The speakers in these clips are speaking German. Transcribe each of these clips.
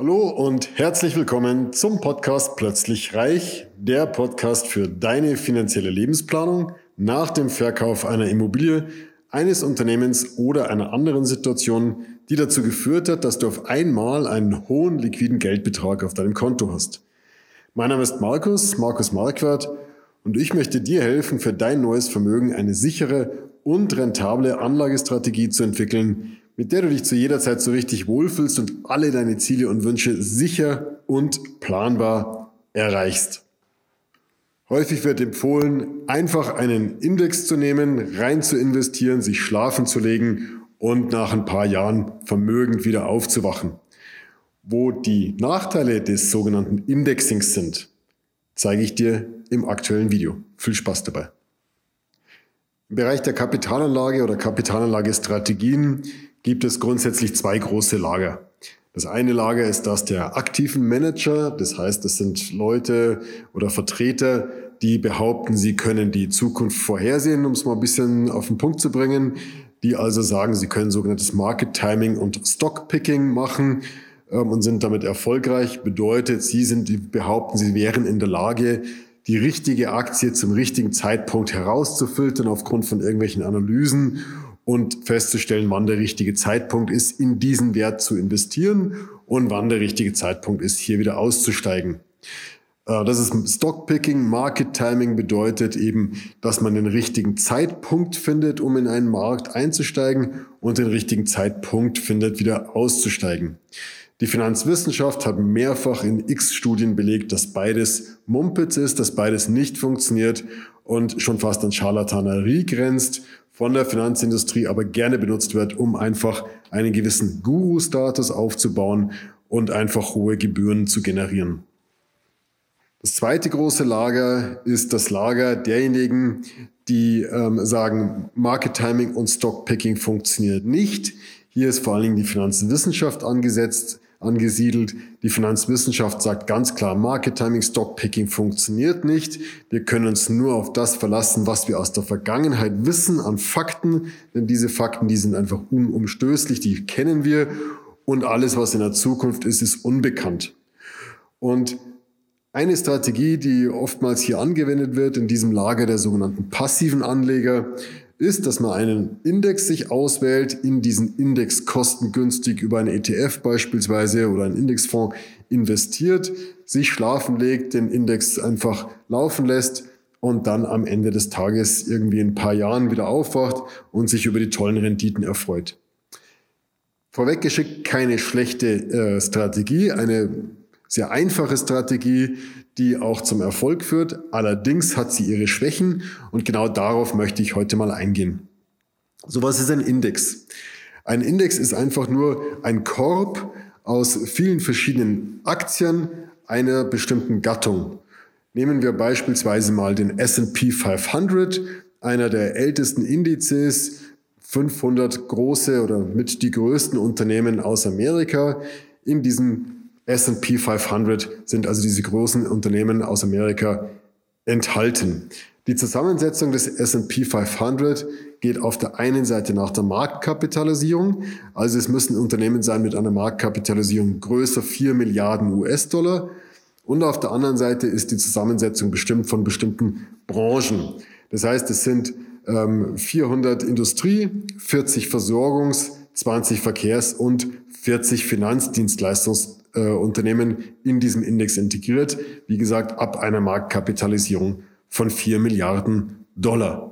Hallo und herzlich willkommen zum Podcast Plötzlich Reich, der Podcast für deine finanzielle Lebensplanung nach dem Verkauf einer Immobilie, eines Unternehmens oder einer anderen Situation, die dazu geführt hat, dass du auf einmal einen hohen liquiden Geldbetrag auf deinem Konto hast. Mein Name ist Markus Marquardt, und ich möchte dir helfen, für dein neues Vermögen eine sichere und rentable Anlagestrategie zu entwickeln, mit der du dich zu jeder Zeit so richtig wohlfühlst und alle deine Ziele und Wünsche sicher und planbar erreichst. Häufig wird empfohlen, einfach einen Index zu nehmen, rein zu investieren, sich schlafen zu legen und nach ein paar Jahren vermögend wieder aufzuwachen. Wo die Nachteile des sogenannten Indexings sind, zeige ich dir im aktuellen Video. Viel Spaß dabei. Im Bereich der Kapitalanlage oder Kapitalanlagestrategien gibt es grundsätzlich zwei große Lager. Das eine Lager ist das der aktiven Manager, das heißt, das sind Leute oder Vertreter, die behaupten, sie können die Zukunft vorhersehen, um es mal ein bisschen auf den Punkt zu bringen, die also sagen, sie können sogenanntes Market Timing und Stock Picking machen und sind damit erfolgreich. Bedeutet, sie behaupten, sie wären in der Lage, die richtige Aktie zum richtigen Zeitpunkt herauszufiltern aufgrund von irgendwelchen Analysen und festzustellen, wann der richtige Zeitpunkt ist, in diesen Wert zu investieren und wann der richtige Zeitpunkt ist, hier wieder auszusteigen. Das ist Stockpicking. Market Timing bedeutet eben, dass man den richtigen Zeitpunkt findet, um in einen Markt einzusteigen, und den richtigen Zeitpunkt findet, wieder auszusteigen. Die Finanzwissenschaft hat mehrfach in X-Studien belegt, dass beides Mumpitz ist, dass beides nicht funktioniert und schon fast an Scharlatanerie grenzt, von der Finanzindustrie aber gerne benutzt wird, um einfach einen gewissen Guru-Status aufzubauen und einfach hohe Gebühren zu generieren. Das zweite große Lager ist das Lager derjenigen, die sagen, Market Timing und Stock Picking funktioniert nicht. Hier ist vor allen Dingen die Finanzwissenschaft angesiedelt. Die Finanzwissenschaft sagt ganz klar, Market Timing, Stock Picking funktioniert nicht. Wir können uns nur auf das verlassen, was wir aus der Vergangenheit wissen an Fakten, denn diese Fakten, die sind einfach unumstößlich, die kennen wir, und alles, was in der Zukunft ist, ist unbekannt. Und eine Strategie, die oftmals hier angewendet wird in diesem Lager der sogenannten passiven Anleger, ist, dass man einen Index sich auswählt, in diesen Index kostengünstig über einen ETF beispielsweise oder einen Indexfonds investiert, sich schlafen legt, den Index einfach laufen lässt und dann am Ende des Tages irgendwie in ein paar Jahren wieder aufwacht und sich über die tollen Renditen erfreut. Vorweggeschickt, keine schlechte Strategie, eine sehr einfache Strategie, die auch zum Erfolg führt. Allerdings hat sie ihre Schwächen und genau darauf möchte ich heute mal eingehen. So, was ist ein Index? Ein Index ist einfach nur ein Korb aus vielen verschiedenen Aktien einer bestimmten Gattung. Nehmen wir beispielsweise mal den S&P 500, einer der ältesten Indizes, 500 große oder mit die größten Unternehmen aus Amerika. In diesem S&P 500 sind also diese großen Unternehmen aus Amerika enthalten. Die Zusammensetzung des S&P 500 geht auf der einen Seite nach der Marktkapitalisierung. Also es müssen Unternehmen sein mit einer Marktkapitalisierung größer 4 Milliarden US-Dollar. Und auf der anderen Seite ist die Zusammensetzung bestimmt von bestimmten Branchen. Das heißt, es sind 400 Industrie, 40 Versorgungs-, 20 Verkehrs- und 40 Finanzdienstleistungsunternehmen in diesem Index integriert. Wie gesagt, ab einer Marktkapitalisierung von 4 Milliarden Dollar.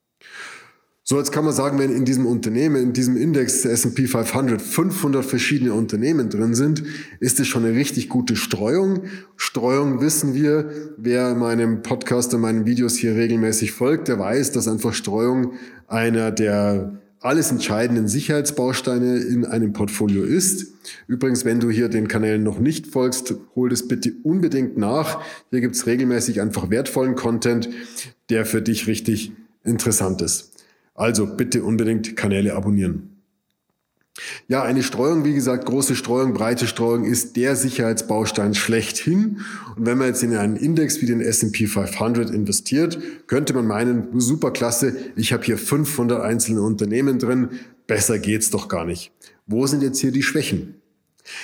So, jetzt kann man sagen, wenn in diesem Unternehmen, in diesem Index S&P 500 500 verschiedene Unternehmen drin sind, ist es schon eine richtig gute Streuung. Streuung wissen wir, wer meinem Podcast und meinen Videos hier regelmäßig folgt, der weiß, dass einfach Streuung einer der alles entscheidenden Sicherheitsbausteine in einem Portfolio ist. Übrigens, wenn du hier den Kanälen noch nicht folgst, hol das bitte unbedingt nach. Hier gibt's regelmäßig einfach wertvollen Content, der für dich richtig interessant ist. Also bitte unbedingt Kanäle abonnieren. Ja, eine Streuung, wie gesagt, große Streuung, breite Streuung ist der Sicherheitsbaustein schlechthin. Und wenn man jetzt in einen Index wie den S&P 500 investiert, könnte man meinen, super klasse, ich habe hier 500 einzelne Unternehmen drin, besser geht's doch gar nicht. Wo sind jetzt hier die Schwächen?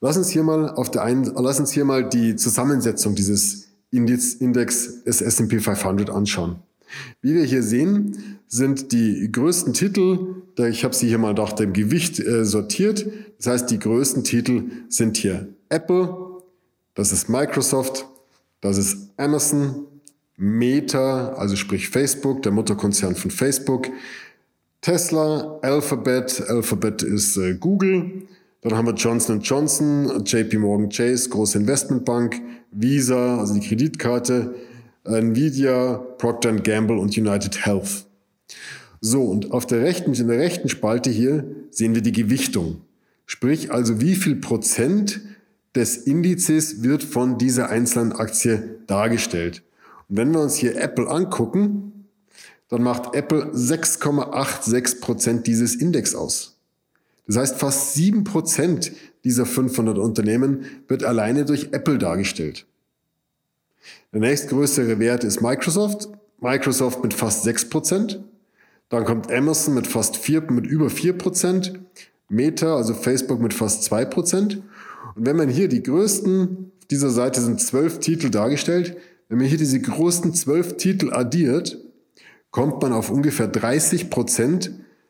Lass uns hier mal die Zusammensetzung dieses Index des S&P 500 anschauen. Wie wir hier sehen, sind die größten Titel, ich habe sie hier mal nach dem Gewicht sortiert, das heißt, die größten Titel sind hier Apple, das ist Microsoft, das ist Amazon, Meta, also sprich Facebook, der Mutterkonzern von Facebook, Tesla, Alphabet ist Google, dann haben wir Johnson & Johnson, JP Morgan Chase, große Investmentbank, Visa, also die Kreditkarte, Nvidia, Procter & Gamble und United Health. So, und in der rechten Spalte hier sehen wir die Gewichtung. Sprich also, wie viel Prozent des Indizes wird von dieser einzelnen Aktie dargestellt. Und wenn wir uns hier Apple angucken, dann macht Apple 6,86% dieses Index aus. Das heißt, fast 7% dieser 500 Unternehmen wird alleine durch Apple dargestellt. Der nächstgrößere Wert ist Microsoft mit fast 6%. Dann kommt Amazon mit über 4%. Meta, also Facebook, mit fast 2%. Und wenn man hier die größten, auf dieser Seite sind 12 Titel dargestellt, wenn man hier diese größten 12 Titel addiert, kommt man auf ungefähr 30%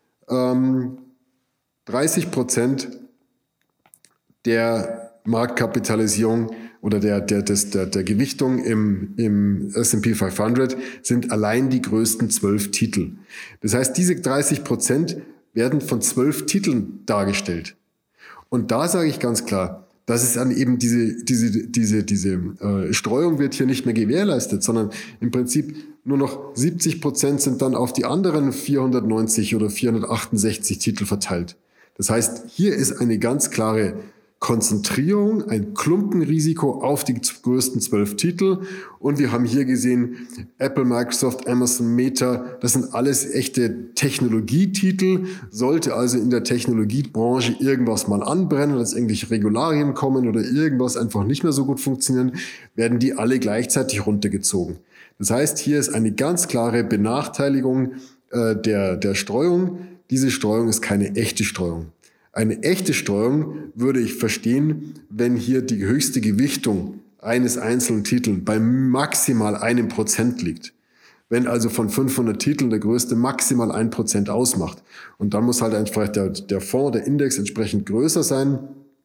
der Marktkapitalisierung oder der Gewichtung im S&P 500 sind allein die größten 12 Titel. Das heißt, diese 30% werden von 12 Titeln dargestellt. Und da sage ich ganz klar, dass es dann eben diese Streuung wird hier nicht mehr gewährleistet, sondern im Prinzip nur noch 70% sind dann auf die anderen 490 oder 468 Titel verteilt. Das heißt, hier ist eine ganz klare Konzentrierung, ein Klumpenrisiko auf die größten 12 Titel. Und wir haben hier gesehen, Apple, Microsoft, Amazon, Meta, das sind alles echte Technologietitel. Sollte also in der Technologiebranche irgendwas mal anbrennen, dass irgendwelche Regularien kommen oder irgendwas einfach nicht mehr so gut funktionieren, werden die alle gleichzeitig runtergezogen. Das heißt, hier ist eine ganz klare Benachteiligung der Streuung. Diese Streuung ist keine echte Streuung. Eine echte Streuung würde ich verstehen, wenn hier die höchste Gewichtung eines einzelnen Titels bei maximal 1% liegt. Wenn also von 500 Titeln der größte maximal 1% ausmacht. Und dann muss halt einfach der Fonds, der Index entsprechend größer sein.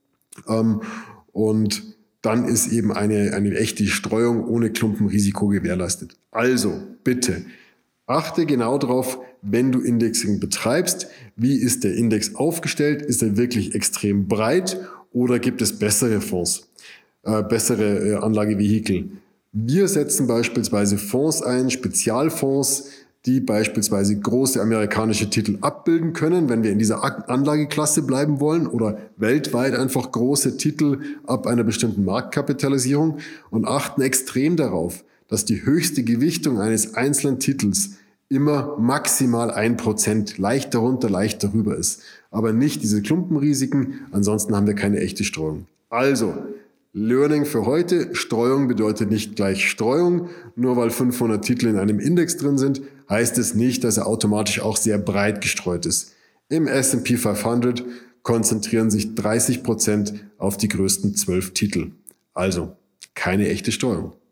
Und dann ist eben eine echte Streuung ohne Klumpenrisiko gewährleistet. Also bitte achte genau darauf, wenn du Indexing betreibst, wie ist der Index aufgestellt? Ist er wirklich extrem breit oder gibt es bessere Fonds, bessere Anlagevehikel? Wir setzen beispielsweise Fonds ein, Spezialfonds, die beispielsweise große amerikanische Titel abbilden können, wenn wir in dieser Anlageklasse bleiben wollen, oder weltweit einfach große Titel ab einer bestimmten Marktkapitalisierung, und achten extrem darauf, dass die höchste Gewichtung eines einzelnen Titels immer maximal 1%, leicht darunter, leicht darüber ist. Aber nicht diese Klumpenrisiken, ansonsten haben wir keine echte Streuung. Also, Learning für heute: Streuung bedeutet nicht gleich Streuung. Nur weil 500 Titel in einem Index drin sind, heißt es nicht, dass er automatisch auch sehr breit gestreut ist. Im S&P 500 konzentrieren sich 30% auf die größten 12 Titel. Also keine echte Streuung.